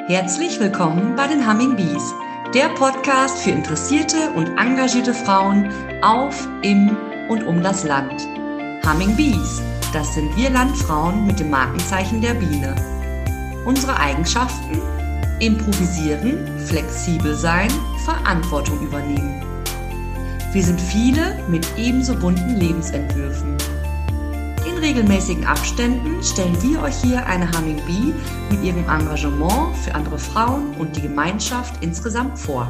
Herzlich willkommen bei den Humming Bees, der Podcast für interessierte und engagierte Frauen auf, im und um das Land. Humming Bees, das sind wir Landfrauen mit dem Markenzeichen der Biene. Unsere Eigenschaften? Improvisieren, flexibel sein, Verantwortung übernehmen. Wir sind viele mit ebenso bunten Lebensentwürfen. In regelmäßigen Abständen stellen wir euch hier eine Humming Bee mit ihrem Engagement für andere Frauen und die Gemeinschaft insgesamt vor.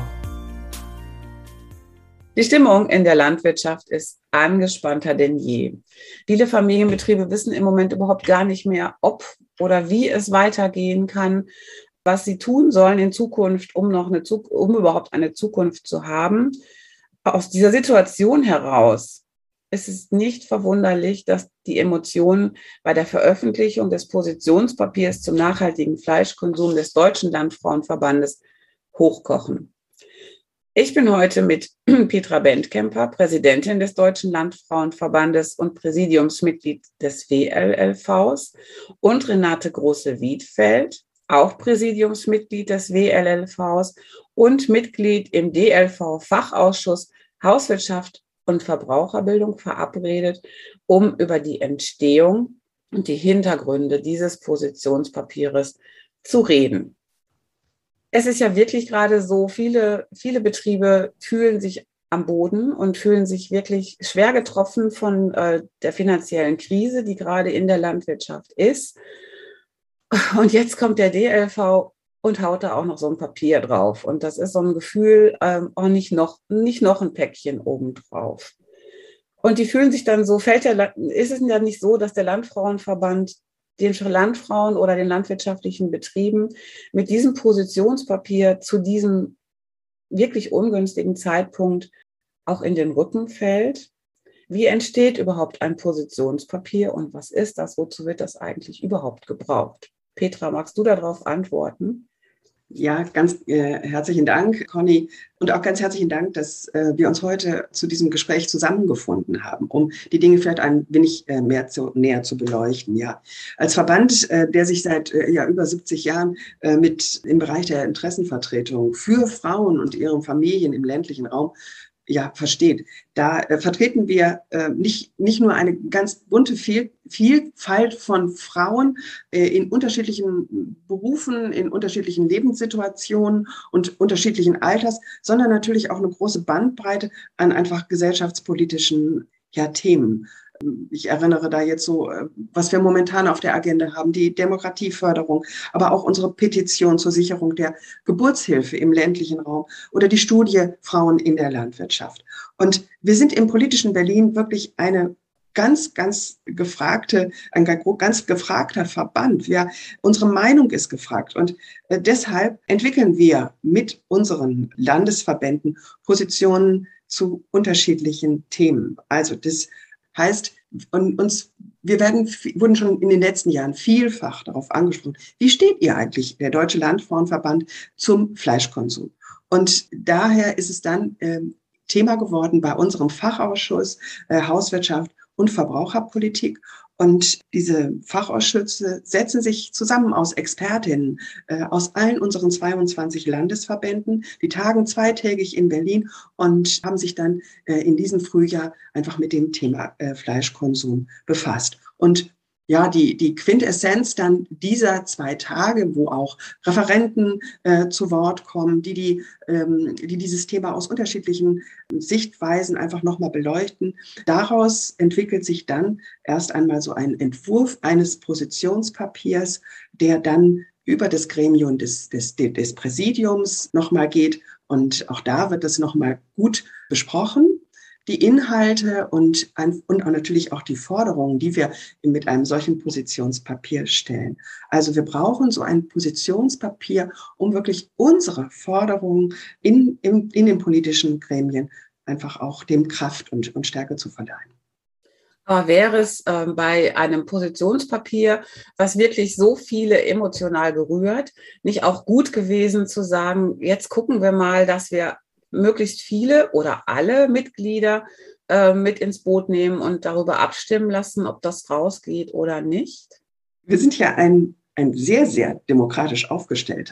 Die Stimmung in der Landwirtschaft ist angespannter denn je. Viele Familienbetriebe wissen im Moment überhaupt gar nicht mehr, ob oder wie es weitergehen kann, was sie tun sollen in Zukunft, um überhaupt eine Zukunft zu haben. Aus dieser Situation heraus ist es nicht verwunderlich, dass die Emotionen bei der Veröffentlichung des Positionspapiers zum nachhaltigen Fleischkonsum des Deutschen Landfrauenverbandes hochkochen. Ich bin heute mit Petra Bentkemper, Präsidentin des Deutschen Landfrauenverbandes und Präsidiumsmitglied des WLLVs, und Renate Große-Wiedfeld, auch Präsidiumsmitglied des WLLVs und Mitglied im DLV-Fachausschuss Hauswirtschaft und Verbraucherbildung, verabredet, um über die Entstehung und die Hintergründe dieses Positionspapiers zu reden. Es ist ja wirklich gerade so, viele Betriebe fühlen sich am Boden und fühlen sich wirklich schwer getroffen von der finanziellen Krise, die gerade in der Landwirtschaft ist. Und jetzt kommt der DLV und haut da auch noch so ein Papier drauf. Und das ist so ein Gefühl, nicht noch ein Päckchen obendrauf. Und die fühlen sich dann so, ist es ja nicht so, dass der Landfrauenverband den Landfrauen oder den landwirtschaftlichen Betrieben mit diesem Positionspapier zu diesem wirklich ungünstigen Zeitpunkt auch in den Rücken fällt? Wie entsteht überhaupt ein Positionspapier und was ist das? Wozu wird das eigentlich überhaupt gebraucht? Petra, magst du darauf antworten? Ja, ganz herzlichen Dank, Conny. Und auch ganz herzlichen Dank, dass wir uns heute zu diesem Gespräch zusammengefunden haben, um die Dinge vielleicht ein wenig näher zu beleuchten. Ja, als Verband, der sich seit über 70 Jahren im Bereich der Interessenvertretung für Frauen und ihre Familien im ländlichen Raum versteht. Da vertreten wir nicht nur eine ganz bunte Vielfalt von Frauen in unterschiedlichen Berufen, in unterschiedlichen Lebenssituationen und unterschiedlichen Alters, sondern natürlich auch eine große Bandbreite an einfach gesellschaftspolitischen Themen. Ich erinnere da jetzt so, was wir momentan auf der Agenda haben, die Demokratieförderung, aber auch unsere Petition zur Sicherung der Geburtshilfe im ländlichen Raum oder die Studie Frauen in der Landwirtschaft. Und wir sind im politischen Berlin wirklich ein ganz gefragter Verband. Unsere Meinung ist gefragt. Und deshalb entwickeln wir mit unseren Landesverbänden Positionen zu unterschiedlichen Themen. Also das heißt, wir wurden schon in den letzten Jahren vielfach darauf angesprochen, wie steht ihr eigentlich, der Deutsche Landfrauenverband, zum Fleischkonsum? Und daher ist es dann Thema geworden bei unserem Fachausschuss Hauswirtschaft und Verbraucherpolitik. Und diese Fachausschüsse setzen sich zusammen aus Expertinnen aus allen unseren 22 Landesverbänden. Die tagen zweitägig in Berlin und haben sich dann in diesem Frühjahr einfach mit dem Thema Fleischkonsum befasst. Und ja, die Quintessenz dann dieser 2 Tage, wo auch Referenten zu Wort kommen, die dieses Thema aus unterschiedlichen Sichtweisen einfach nochmal beleuchten. Daraus entwickelt sich dann erst einmal so ein Entwurf eines Positionspapiers, der dann über das Gremium des Präsidiums nochmal geht. Und auch da wird das nochmal gut besprochen. Die Inhalte und auch natürlich auch die Forderungen, die wir mit einem solchen Positionspapier stellen. Also wir brauchen so ein Positionspapier, um wirklich unsere Forderungen in den politischen Gremien einfach auch dem Kraft und Stärke zu verleihen. Aber wäre es bei einem Positionspapier, was wirklich so viele emotional berührt, nicht auch gut gewesen zu sagen, jetzt gucken wir mal, dass wir möglichst viele oder alle Mitglieder mit ins Boot nehmen und darüber abstimmen lassen, ob das rausgeht oder nicht? Wir sind ja ein sehr, sehr demokratisch aufgestellter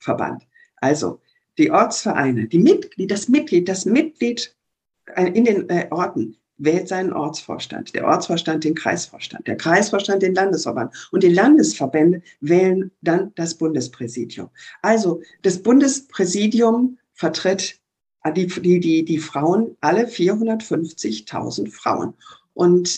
Verband. Also die Ortsvereine, das Mitglied in den Orten wählt seinen Ortsvorstand, der Ortsvorstand den Kreisvorstand, der Kreisvorstand den Landesverband und die Landesverbände wählen dann das Bundespräsidium. Also das Bundespräsidium vertritt die Frauen, alle 450.000 Frauen. Und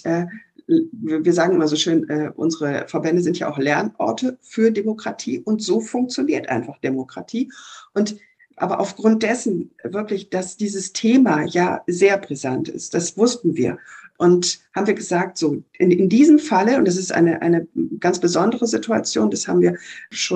wir sagen immer so schön, unsere Verbände sind ja auch Lernorte für Demokratie und so funktioniert einfach Demokratie. Aber aufgrund dessen wirklich, dass dieses Thema ja sehr brisant ist, das wussten wir. Und haben wir gesagt, so in diesem Falle, und das ist eine ganz besondere Situation, das haben wir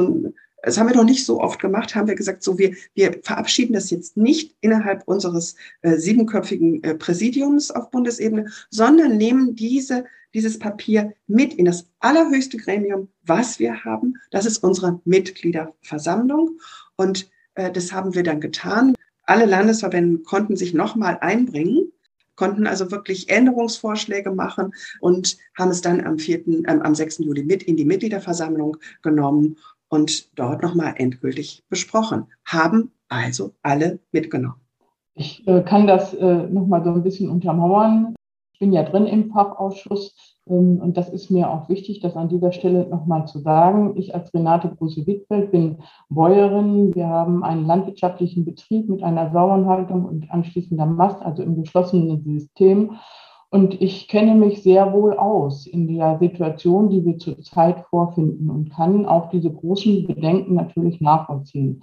noch nicht so oft gemacht, haben wir gesagt, so wir verabschieden das jetzt nicht innerhalb unseres 7-köpfigen Präsidiums auf Bundesebene, sondern nehmen dieses Papier mit in das allerhöchste Gremium, was wir haben. Das ist unsere Mitgliederversammlung. Und das haben wir dann getan. Alle Landesverbände konnten sich nochmal einbringen, konnten also wirklich Änderungsvorschläge machen und haben es dann am 6. Juli mit in die Mitgliederversammlung genommen und dort nochmal endgültig besprochen. Haben also alle mitgenommen. Ich kann das nochmal so ein bisschen untermauern. Ich bin ja drin im Fachausschuss und das ist mir auch wichtig, das an dieser Stelle nochmal zu sagen. Ich als Renate Bruse-Wittfeld bin Bäuerin. Wir haben einen landwirtschaftlichen Betrieb mit einer Sauerhaltung und anschließender Mast, also im geschlossenen System. Und ich kenne mich sehr wohl aus in der Situation, die wir zurzeit vorfinden und kann auch diese großen Bedenken natürlich nachvollziehen.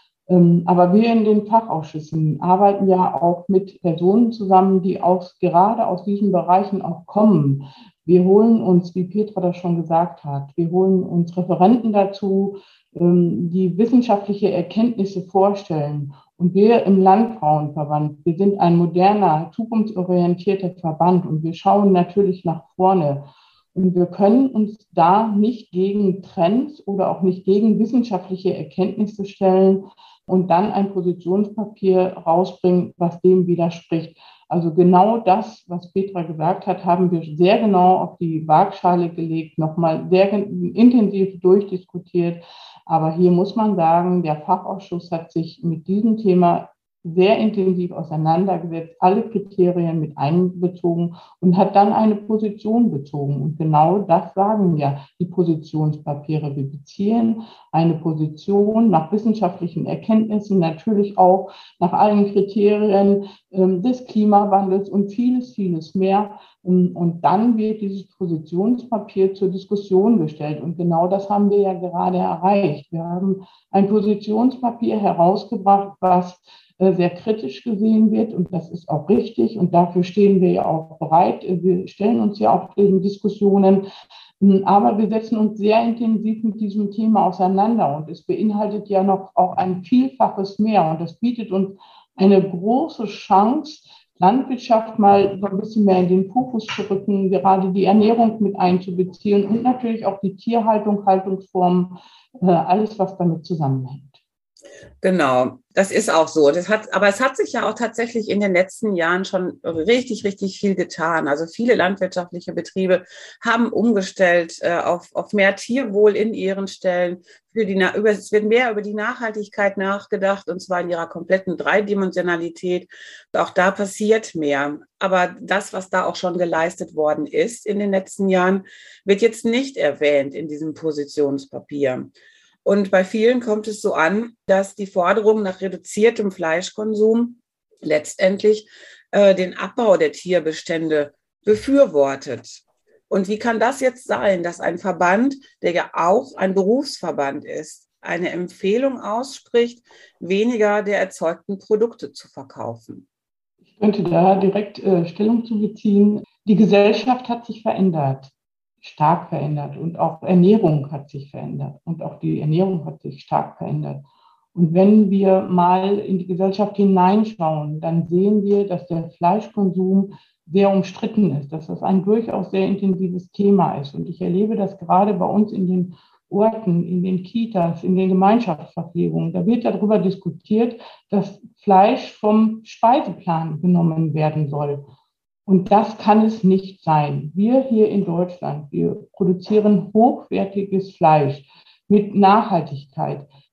Aber wir in den Fachausschüssen arbeiten ja auch mit Personen zusammen, die gerade aus diesen Bereichen auch kommen. Wir holen uns, wie Petra das schon gesagt hat, wir holen uns Referenten dazu, die wissenschaftliche Erkenntnisse vorstellen. Und wir im Landfrauenverband, wir sind ein moderner, zukunftsorientierter Verband und wir schauen natürlich nach vorne. Und wir können uns da nicht gegen Trends oder auch nicht gegen wissenschaftliche Erkenntnisse stellen und dann ein Positionspapier rausbringen, was dem widerspricht. Also genau das, was Petra gesagt hat, haben wir sehr genau auf die Waagschale gelegt, nochmal sehr intensiv durchdiskutiert. Aber hier muss man sagen, der Fachausschuss hat sich mit diesem Thema sehr intensiv auseinandergesetzt, alle Kriterien mit einbezogen und hat dann eine Position bezogen. Und genau das sagen ja die Positionspapiere. Wir beziehen eine Position nach wissenschaftlichen Erkenntnissen, natürlich auch nach allen Kriterien des Klimawandels und vieles, vieles mehr. Und dann wird dieses Positionspapier zur Diskussion gestellt. Und genau das haben wir ja gerade erreicht. Wir haben ein Positionspapier herausgebracht, was sehr kritisch gesehen wird und das ist auch richtig und dafür stehen wir ja auch bereit. Wir stellen uns ja auch diesen Diskussionen, aber wir setzen uns sehr intensiv mit diesem Thema auseinander und es beinhaltet ja noch auch ein Vielfaches mehr und das bietet uns eine große Chance, Landwirtschaft mal so ein bisschen mehr in den Fokus zu rücken, gerade die Ernährung mit einzubeziehen und natürlich auch die Tierhaltung, Haltungsformen, alles, was damit zusammenhängt. Genau, das ist auch so. Aber es hat sich ja auch tatsächlich in den letzten Jahren schon richtig, richtig viel getan. Also viele landwirtschaftliche Betriebe haben umgestellt auf mehr Tierwohl in ihren Stellen. Es wird mehr über die Nachhaltigkeit nachgedacht, und zwar in ihrer kompletten Dreidimensionalität. Auch da passiert mehr. Aber das, was da auch schon geleistet worden ist in den letzten Jahren, wird jetzt nicht erwähnt in diesem Positionspapier. Und bei vielen kommt es so an, dass die Forderung nach reduziertem Fleischkonsum letztendlich den Abbau der Tierbestände befürwortet. Und wie kann das jetzt sein, dass ein Verband, der ja auch ein Berufsverband ist, eine Empfehlung ausspricht, weniger der erzeugten Produkte zu verkaufen? Ich könnte da direkt Stellung zu beziehen. Die Gesellschaft hat sich verändert. Stark verändert und auch Ernährung hat sich verändert und auch die Ernährung hat sich stark verändert. Und wenn wir mal in die Gesellschaft hineinschauen, dann sehen wir, dass der Fleischkonsum sehr umstritten ist, dass das ein durchaus sehr intensives Thema ist. Und ich erlebe das gerade bei uns in den Orten, in den Kitas, in den Gemeinschaftsverpflegungen. Da wird darüber diskutiert, dass Fleisch vom Speiseplan genommen werden soll. Und das kann es nicht sein. Wir hier in Deutschland, wir produzieren hochwertiges Fleisch mit Nachhaltigkeit.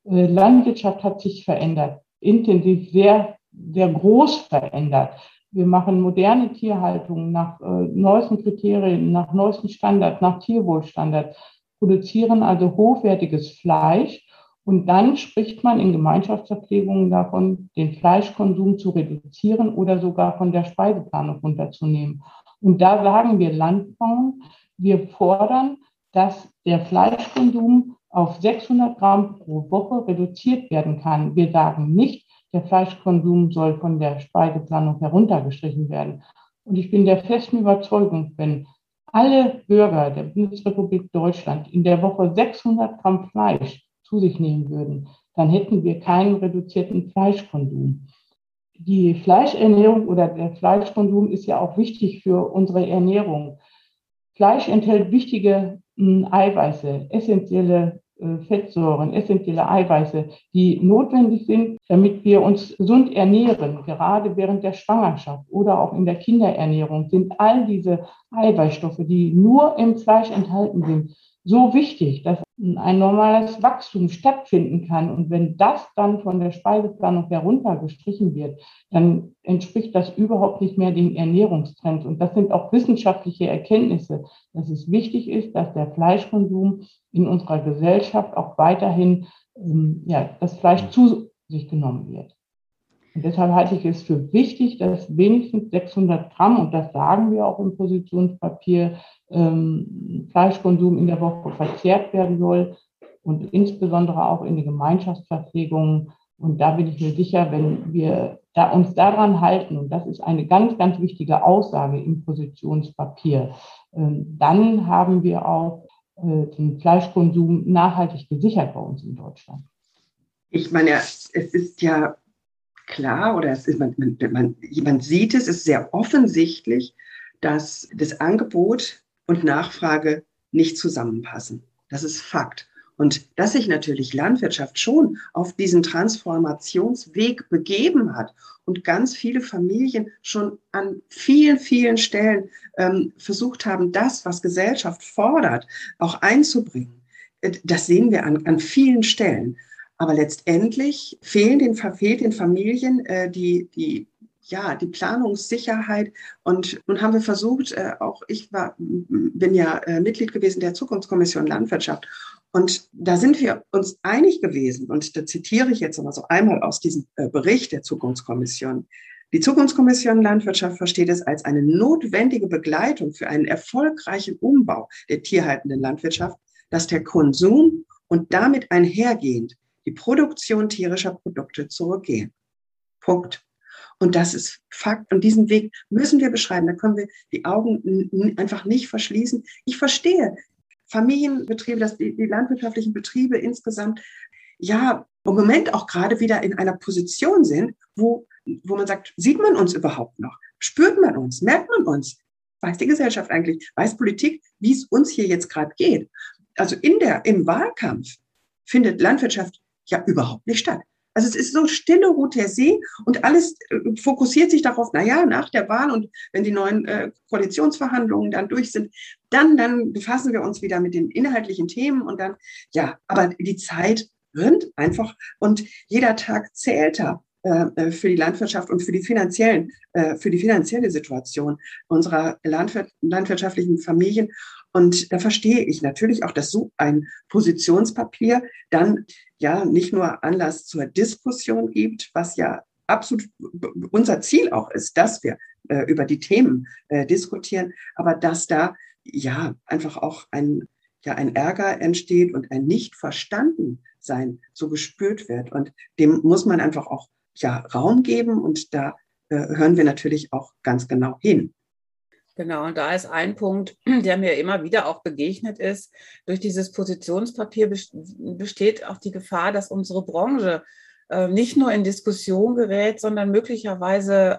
Landwirtschaft hat sich verändert, intensiv, sehr, sehr groß verändert. Wir machen moderne Tierhaltung nach neuesten Kriterien, nach neuesten Standards, nach Tierwohlstandards, produzieren also hochwertiges Fleisch. Und dann spricht man in Gemeinschaftsverpflegungen davon, den Fleischkonsum zu reduzieren oder sogar von der Speiseplanung runterzunehmen. Und da sagen wir Landfrauen, wir fordern, dass der Fleischkonsum auf 600 Gramm pro Woche reduziert werden kann. Wir sagen nicht, der Fleischkonsum soll von der Speiseplanung heruntergestrichen werden. Und ich bin der festen Überzeugung, wenn alle Bürger der Bundesrepublik Deutschland in der Woche 600 Gramm Fleisch zu sich nehmen würden, dann hätten wir keinen reduzierten Fleischkonsum. Die Fleischernährung oder der Fleischkonsum ist ja auch wichtig für unsere Ernährung. Fleisch enthält wichtige Eiweiße, essentielle Fettsäuren, essentielle Eiweiße, die notwendig sind, damit wir uns gesund ernähren. Gerade während der Schwangerschaft oder auch in der Kinderernährung sind all diese Eiweißstoffe, die nur im Fleisch enthalten sind, so wichtig, dass ein normales Wachstum stattfinden kann. Und wenn das dann von der Speiseplanung heruntergestrichen wird, dann entspricht das überhaupt nicht mehr den Ernährungstrends. Und das sind auch wissenschaftliche Erkenntnisse, dass es wichtig ist, dass der Fleischkonsum in unserer Gesellschaft auch weiterhin das Fleisch zu sich genommen wird. Und deshalb halte ich es für wichtig, dass wenigstens 600 Gramm, und das sagen wir auch im Positionspapier, Fleischkonsum in der Woche verzehrt werden soll und insbesondere auch in den Gemeinschaftsverpflegungen. Und da bin ich mir sicher, wenn wir uns daran halten, und das ist eine ganz, ganz wichtige Aussage im Positionspapier, dann haben wir auch den Fleischkonsum nachhaltig gesichert bei uns in Deutschland. Ich meine, es ist ja klar, oder man sieht es, ist sehr offensichtlich, dass das Angebot und Nachfrage nicht zusammenpassen. Das ist Fakt. Und dass sich natürlich Landwirtschaft schon auf diesen Transformationsweg begeben hat und ganz viele Familien schon an vielen, vielen Stellen versucht haben, das, was Gesellschaft fordert, auch einzubringen. Das sehen wir an vielen Stellen. Aber letztendlich fehlt den Familien die Planungssicherheit. Und nun haben wir versucht, bin ja Mitglied gewesen der Zukunftskommission Landwirtschaft. Und da sind wir uns einig gewesen. Und da zitiere ich jetzt mal so einmal aus diesem Bericht der Zukunftskommission. Die Zukunftskommission Landwirtschaft versteht es als eine notwendige Begleitung für einen erfolgreichen Umbau der tierhaltenden Landwirtschaft, dass der Konsum und damit einhergehend die Produktion tierischer Produkte zurückgehen. Punkt. Und das ist Fakt. Und diesen Weg müssen wir beschreiben. Da können wir die Augen einfach nicht verschließen. Ich verstehe Familienbetriebe, die landwirtschaftlichen Betriebe insgesamt, ja, im Moment auch gerade wieder in einer Position sind, wo man sagt, sieht man uns überhaupt noch? Spürt man uns? Merkt man uns? Weiß die Gesellschaft eigentlich, weiß Politik, wie es uns hier jetzt gerade geht? Also im Wahlkampf findet Landwirtschaft ja überhaupt nicht statt. Also es ist so stille Ruhe der See und alles fokussiert sich darauf, nach der Wahl und wenn die neuen Koalitionsverhandlungen dann durch sind, dann befassen wir uns wieder mit den inhaltlichen Themen und dann, aber die Zeit rinnt einfach und jeder Tag zählt da für die Landwirtschaft und für die finanzielle Situation unserer landwirtschaftlichen Familien. Und da verstehe ich natürlich auch, dass so ein Positionspapier dann nicht nur Anlass zur Diskussion gibt, was ja absolut unser Ziel auch ist, dass wir über die Themen diskutieren, aber dass da einfach auch ein Ärger entsteht und ein Nicht-Verstanden-Sein so gespürt wird. Und dem muss man einfach auch Raum geben und da hören wir natürlich auch ganz genau hin. Genau, und da ist ein Punkt, der mir immer wieder auch begegnet ist. Durch dieses Positionspapier besteht auch die Gefahr, dass unsere Branche nicht nur in Diskussion gerät, sondern möglicherweise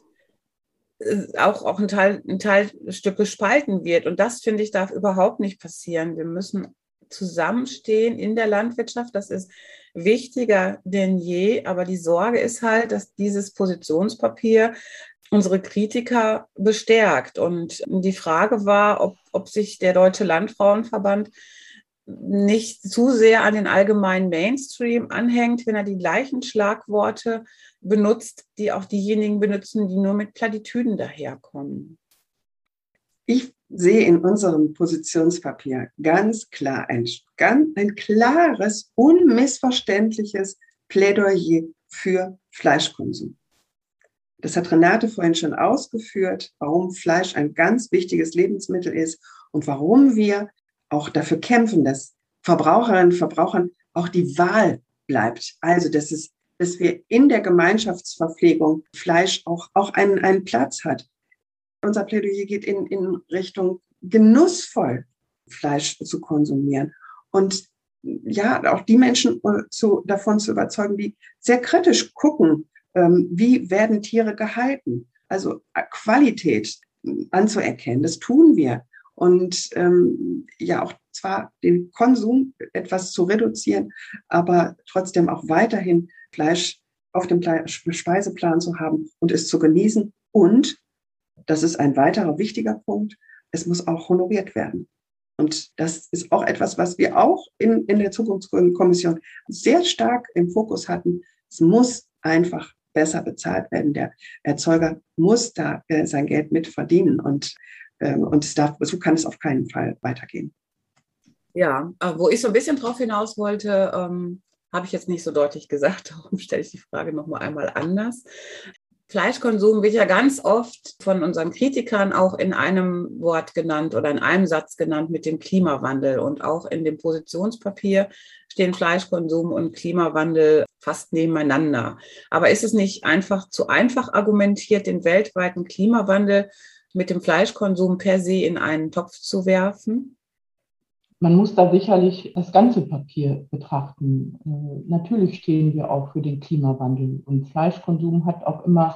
auch ein Teilstück gespalten wird. Und das, finde ich, darf überhaupt nicht passieren. Wir müssen zusammenstehen in der Landwirtschaft. Das ist wichtiger denn je. Aber die Sorge ist halt, dass dieses Positionspapier unsere Kritiker bestärkt. Und die Frage war, ob sich der Deutsche Landfrauenverband nicht zu sehr an den allgemeinen Mainstream anhängt, wenn er die gleichen Schlagworte benutzt, die auch diejenigen benutzen, die nur mit Plattitüden daherkommen. Ich sehe in unserem Positionspapier ganz klar ein klares, unmissverständliches Plädoyer für Fleischkonsum. Das hat Renate vorhin schon ausgeführt, warum Fleisch ein ganz wichtiges Lebensmittel ist und warum wir auch dafür kämpfen, dass Verbraucherinnen und Verbrauchern auch die Wahl bleibt. Also, dass wir in der Gemeinschaftsverpflegung Fleisch auch einen Platz hat. Unser Plädoyer geht in Richtung genussvoll Fleisch zu konsumieren und ja, auch die Menschen davon zu überzeugen, die sehr kritisch gucken, wie werden Tiere gehalten. Also Qualität anzuerkennen, das tun wir. Und ja, auch zwar den Konsum etwas zu reduzieren, aber trotzdem auch weiterhin Fleisch auf dem Speiseplan zu haben und es zu genießen. Und, das ist ein weiterer wichtiger Punkt, es muss auch honoriert werden. Und das ist auch etwas, was wir auch in der Zukunftskommission sehr stark im Fokus hatten. Es muss einfach besser bezahlt werden. Der Erzeuger muss da sein Geld mit verdienen und so kann es auf keinen Fall weitergehen. Ja, wo ich so ein bisschen drauf hinaus wollte, habe ich jetzt nicht so deutlich gesagt. Darum stelle ich die Frage nochmal einmal anders. Fleischkonsum wird ja ganz oft von unseren Kritikern auch in einem Wort genannt oder in einem Satz genannt mit dem Klimawandel. Und auch in dem Positionspapier stehen Fleischkonsum und Klimawandel fast nebeneinander. Aber ist es nicht zu einfach argumentiert, den weltweiten Klimawandel mit dem Fleischkonsum per se in einen Topf zu werfen? Man muss da sicherlich das ganze Papier betrachten. Natürlich stehen wir auch für den Klimawandel und Fleischkonsum hat auch immer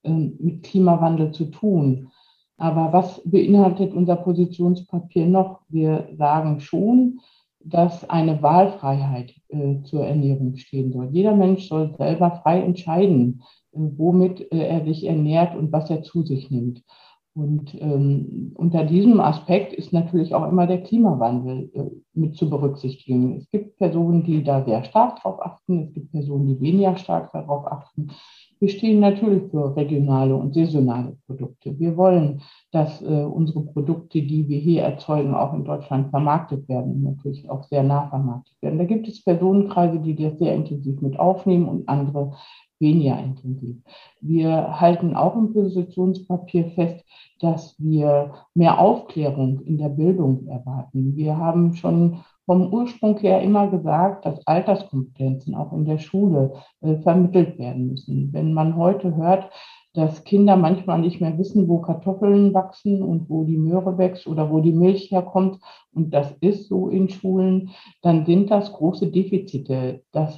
mit Klimawandel zu tun. Aber was beinhaltet unser Positionspapier noch? Wir sagen schon, dass eine Wahlfreiheit zur Ernährung stehen soll. Jeder Mensch soll selber frei entscheiden, womit er sich ernährt und was er zu sich nimmt. Und unter diesem Aspekt ist natürlich auch immer der Klimawandel mit zu berücksichtigen. Es gibt Personen, die da sehr stark darauf achten, es gibt Personen, die weniger stark darauf achten. Wir stehen natürlich für regionale und saisonale Produkte. Wir wollen, dass unsere Produkte, die wir hier erzeugen, auch in Deutschland vermarktet werden und natürlich auch sehr nah vermarktet werden. Da gibt es Personenkreise, die das sehr intensiv mit aufnehmen und andere weniger intensiv. Wir halten auch im Positionspapier fest, dass wir mehr Aufklärung in der Bildung erwarten. Wir haben schon vom Ursprung her immer gesagt, dass Alterskompetenzen auch in der Schule vermittelt werden müssen. Wenn man heute hört, dass Kinder manchmal nicht mehr wissen, wo Kartoffeln wachsen und wo die Möhre wächst oder wo die Milch herkommt, und das ist so in Schulen, dann sind das große Defizite. Das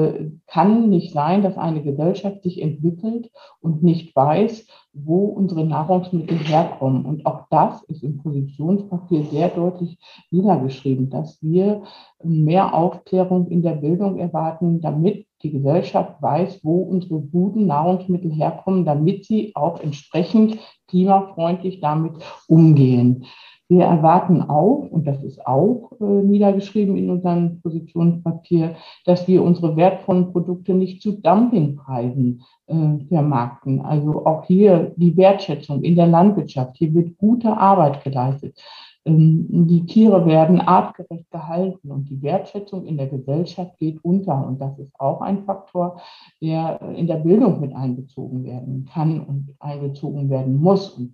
kann nicht sein, dass eine Gesellschaft sich entwickelt und nicht weiß, wo unsere Nahrungsmittel herkommen. Und auch das ist im Positionspapier sehr deutlich niedergeschrieben, dass wir mehr Aufklärung in der Bildung erwarten, damit die Gesellschaft weiß, wo unsere guten Nahrungsmittel herkommen, damit sie auch entsprechend klimafreundlich damit umgehen. Wir erwarten auch, und das ist auch niedergeschrieben in unserem Positionspapier, dass wir unsere wertvollen Produkte nicht zu Dumpingpreisen vermarkten. Also auch hier die Wertschätzung in der Landwirtschaft. Hier wird gute Arbeit geleistet. Die Tiere werden artgerecht gehalten und die Wertschätzung in der Gesellschaft geht unter. Und das ist auch ein Faktor, der in der Bildung mit einbezogen werden kann und einbezogen werden muss. Und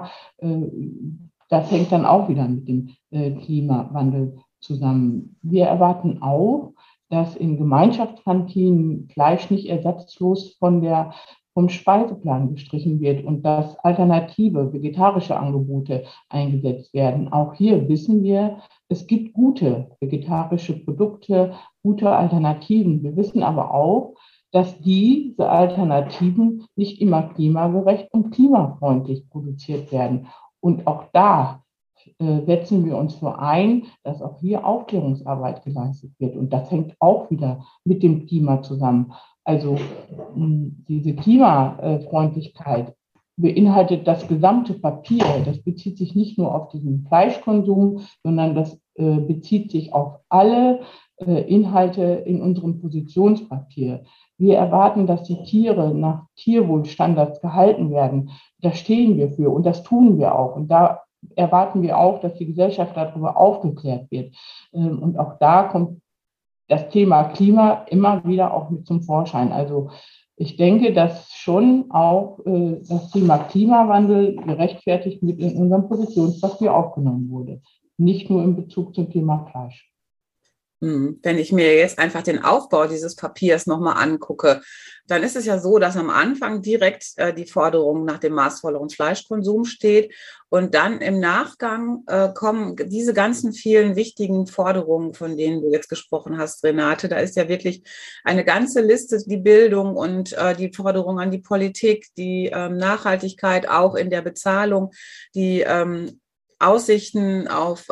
das hängt dann auch wieder mit dem Klimawandel zusammen. Wir erwarten auch, dass in Gemeinschaftskantinen Fleisch nicht ersatzlos vom Speiseplan gestrichen wird und dass alternative vegetarische Angebote eingesetzt werden. Auch hier wissen wir, es gibt gute vegetarische Produkte, gute Alternativen. Wir wissen aber auch, dass diese Alternativen nicht immer klimagerecht und klimafreundlich produziert werden. Und auch da setzen wir uns für ein, dass auch hier Aufklärungsarbeit geleistet wird. Und das hängt auch wieder mit dem Klima zusammen. Also diese Klimafreundlichkeit beinhaltet das gesamte Papier. Das bezieht sich nicht nur auf diesen Fleischkonsum, sondern das bezieht sich auf alle Inhalte in unserem Positionspapier. Wir erwarten, dass die Tiere nach Tierwohlstandards gehalten werden. Da stehen wir für und das tun wir auch. Und da erwarten wir auch, dass die Gesellschaft darüber aufgeklärt wird. Und auch da kommt das Thema Klima immer wieder auch mit zum Vorschein. Also ich denke, dass schon auch das Thema Klimawandel gerechtfertigt mit in unserem Positionspapier aufgenommen wurde. Nicht nur in Bezug zum Thema Fleisch. Wenn ich mir jetzt einfach den Aufbau dieses Papiers nochmal angucke, dann ist es ja so, dass am Anfang direkt die Forderung nach dem maßvolleren Fleischkonsum steht und dann im Nachgang kommen diese ganzen vielen wichtigen Forderungen, von denen du jetzt gesprochen hast, Renate. Da ist ja wirklich eine ganze Liste, die Bildung und die Forderung an die Politik, die Nachhaltigkeit auch in der Bezahlung, die Aussichten auf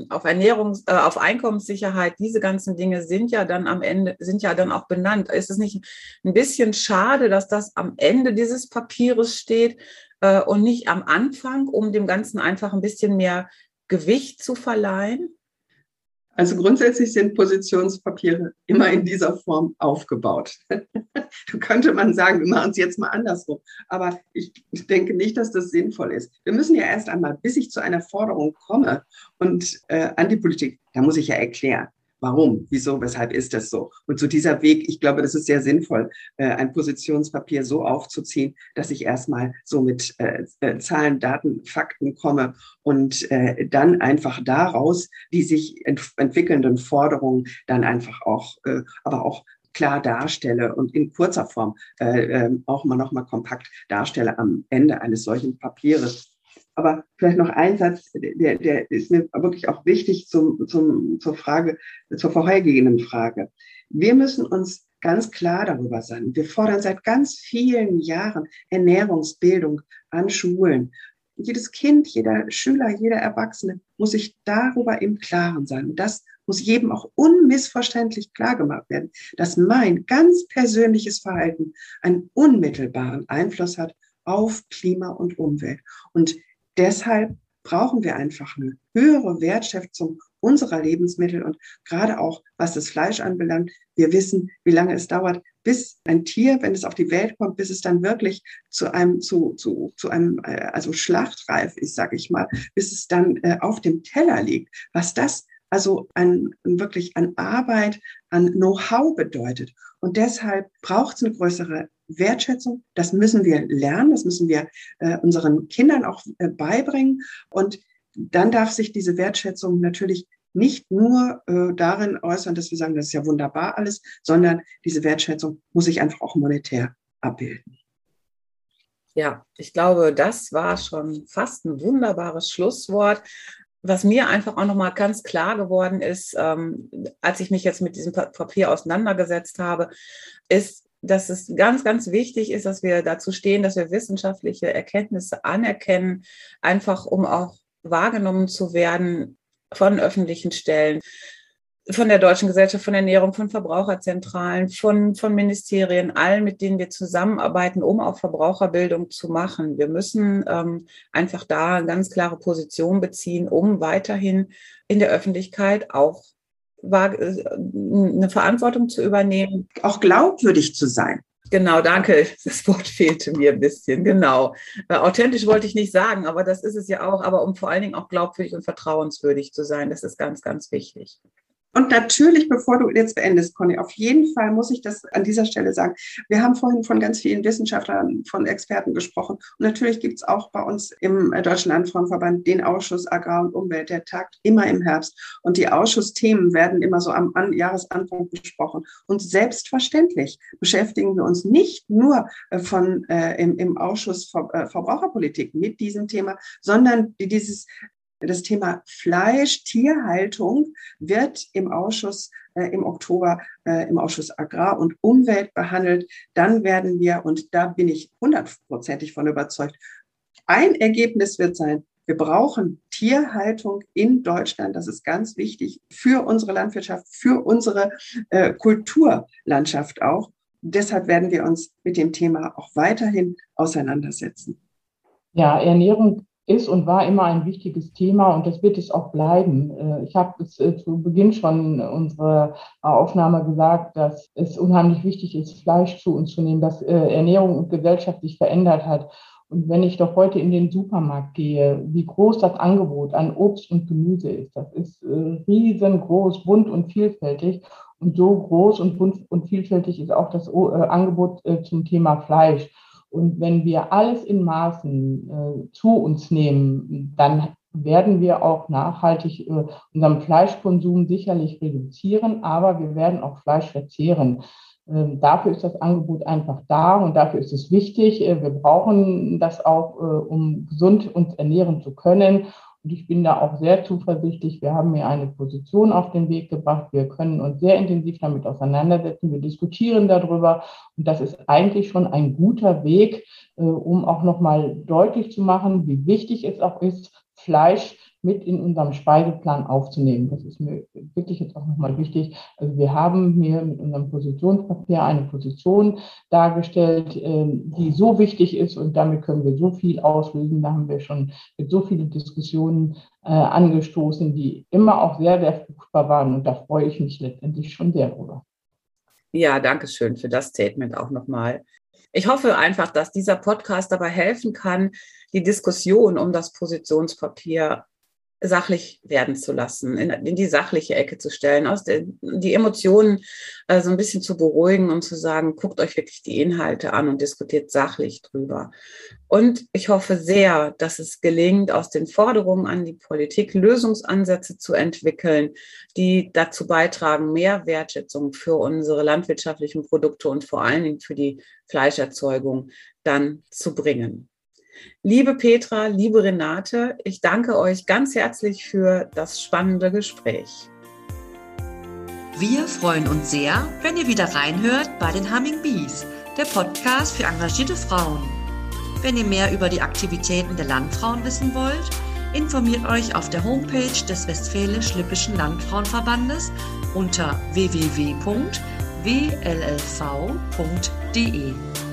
auf Einkommenssicherheit, diese ganzen Dinge sind ja dann am Ende, sind ja dann auch benannt. Ist es nicht ein bisschen schade, dass das am Ende dieses Papieres steht und nicht am Anfang, um dem Ganzen einfach ein bisschen mehr Gewicht zu verleihen? Also grundsätzlich sind Positionspapiere immer in dieser Form aufgebaut. Da könnte man sagen, wir machen es jetzt mal andersrum. Aber ich denke nicht, dass das sinnvoll ist. Wir müssen ja erst einmal, bis ich zu einer Forderung komme und an die Politik, da muss ich ja erklären, warum, wieso, weshalb ist das so? Und so dieser Weg, ich glaube, das ist sehr sinnvoll, ein Positionspapier so aufzuziehen, dass ich erstmal so mit Zahlen, Daten, Fakten komme und dann einfach daraus die sich entwickelnden Forderungen dann einfach auch, aber auch klar darstelle und in kurzer Form auch mal nochmal kompakt darstelle am Ende eines solchen Papieres. Aber vielleicht noch ein Satz, der ist mir wirklich auch wichtig zur Frage, zur vorhergehenden Frage. Wir müssen uns ganz klar darüber sein. Wir fordern seit ganz vielen Jahren Ernährungsbildung an Schulen. Jedes Kind, jeder Schüler, jeder Erwachsene muss sich darüber im Klaren sein. Und das muss jedem auch unmissverständlich klar gemacht werden, dass mein ganz persönliches Verhalten einen unmittelbaren Einfluss hat auf Klima und Umwelt. Und deshalb brauchen wir einfach eine höhere Wertschätzung unserer Lebensmittel und gerade auch, was das Fleisch anbelangt. Wir wissen, wie lange es dauert, bis ein Tier, wenn es auf die Welt kommt, bis es dann wirklich zu einem also schlachtreif ist, sage ich mal, bis es dann auf dem Teller liegt. Was das also wirklich an Arbeit, an Know-how bedeutet. Und deshalb braucht es eine größere Wertschätzung. Das müssen wir lernen, das müssen wir unseren Kindern auch beibringen. Und dann darf sich diese Wertschätzung natürlich nicht nur darin äußern, dass wir sagen, das ist ja wunderbar alles, sondern diese Wertschätzung muss sich einfach auch monetär abbilden. Ja, ich glaube, das war schon fast ein wunderbares Schlusswort. Was mir einfach auch nochmal ganz klar geworden ist, als ich mich jetzt mit diesem Papier auseinandergesetzt habe, ist, dass es ganz, ganz wichtig ist, dass wir dazu stehen, dass wir wissenschaftliche Erkenntnisse anerkennen, einfach um auch wahrgenommen zu werden von öffentlichen Stellen, von der Deutschen Gesellschaft von Ernährung, von Verbraucherzentralen, von Ministerien, allen, mit denen wir zusammenarbeiten, um auch Verbraucherbildung zu machen. Wir müssen einfach da eine ganz klare Position beziehen, um weiterhin in der Öffentlichkeit auch eine Verantwortung zu übernehmen. Auch glaubwürdig zu sein. Genau, danke. Das Wort fehlte mir ein bisschen, genau. Authentisch wollte ich nicht sagen, aber das ist es ja auch, aber um vor allen Dingen auch glaubwürdig und vertrauenswürdig zu sein, das ist ganz, ganz wichtig. Und natürlich, bevor du jetzt beendest, Conny, auf jeden Fall muss ich das an dieser Stelle sagen. Wir haben vorhin von ganz vielen Wissenschaftlern, von Experten gesprochen. Und natürlich gibt es auch bei uns im Deutschen Landfrauenverband den Ausschuss Agrar und Umwelt, der tagt immer im Herbst. Und die Ausschussthemen werden immer so am Jahresanfang besprochen. Und selbstverständlich beschäftigen wir uns nicht nur im Ausschuss Verbraucherpolitik mit diesem Thema, sondern das Thema Fleisch, Tierhaltung wird im Ausschuss im Oktober im Ausschuss Agrar und Umwelt behandelt. Dann werden wir, und da bin ich 100%ig von überzeugt, ein Ergebnis wird sein, wir brauchen Tierhaltung in Deutschland. Das ist ganz wichtig für unsere Landwirtschaft, für unsere Kulturlandschaft auch. Deshalb werden wir uns mit dem Thema auch weiterhin auseinandersetzen. Ja, Ernährung ist und war immer ein wichtiges Thema und das wird es auch bleiben. Ich habe es zu Beginn schon unserer Aufnahme gesagt, dass es unheimlich wichtig ist, Fleisch zu uns zu nehmen, dass Ernährung und Gesellschaft sich verändert hat. Und wenn ich doch heute in den Supermarkt gehe, wie groß das Angebot an Obst und Gemüse ist, das ist riesengroß, bunt und vielfältig. Und so groß und bunt und vielfältig ist auch das Angebot zum Thema Fleisch. Und wenn wir alles in Maßen zu uns nehmen, dann werden wir auch nachhaltig unseren Fleischkonsum sicherlich reduzieren, aber wir werden auch Fleisch verzehren. Dafür ist das Angebot einfach da und dafür ist es wichtig. Wir brauchen das auch, um gesund uns ernähren zu können. Und ich bin da auch sehr zuversichtlich. Wir haben hier eine Position auf den Weg gebracht. Wir können uns sehr intensiv damit auseinandersetzen. Wir diskutieren darüber. Und das ist eigentlich schon ein guter Weg, um auch nochmal deutlich zu machen, wie wichtig es auch ist, Fleisch mit in unserem Speiseplan aufzunehmen. Das ist mir wirklich jetzt auch nochmal wichtig. Also wir haben hier mit unserem Positionspapier eine Position dargestellt, die so wichtig ist und damit können wir so viel auslösen. Da haben wir schon mit so vielen Diskussionen angestoßen, die immer auch sehr, sehr fruchtbar waren und da freue ich mich letztendlich schon sehr drüber. Ja, danke schön für das Statement auch nochmal. Ich hoffe einfach, dass dieser Podcast dabei helfen kann, die Diskussion um das Positionspapier sachlich werden zu lassen, in die sachliche Ecke zu stellen, die Emotionen so ein bisschen zu beruhigen und zu sagen, guckt euch wirklich die Inhalte an und diskutiert sachlich drüber. Und ich hoffe sehr, dass es gelingt, aus den Forderungen an die Politik Lösungsansätze zu entwickeln, die dazu beitragen, mehr Wertschätzung für unsere landwirtschaftlichen Produkte und vor allen Dingen für die Fleischerzeugung dann zu bringen. Liebe Petra, liebe Renate, ich danke euch ganz herzlich für das spannende Gespräch. Wir freuen uns sehr, wenn ihr wieder reinhört bei den Humming Bees, der Podcast für engagierte Frauen. Wenn ihr mehr über die Aktivitäten der Landfrauen wissen wollt, informiert euch auf der Homepage des Westfälisch-Lippischen Landfrauenverbandes unter www.wllv.de.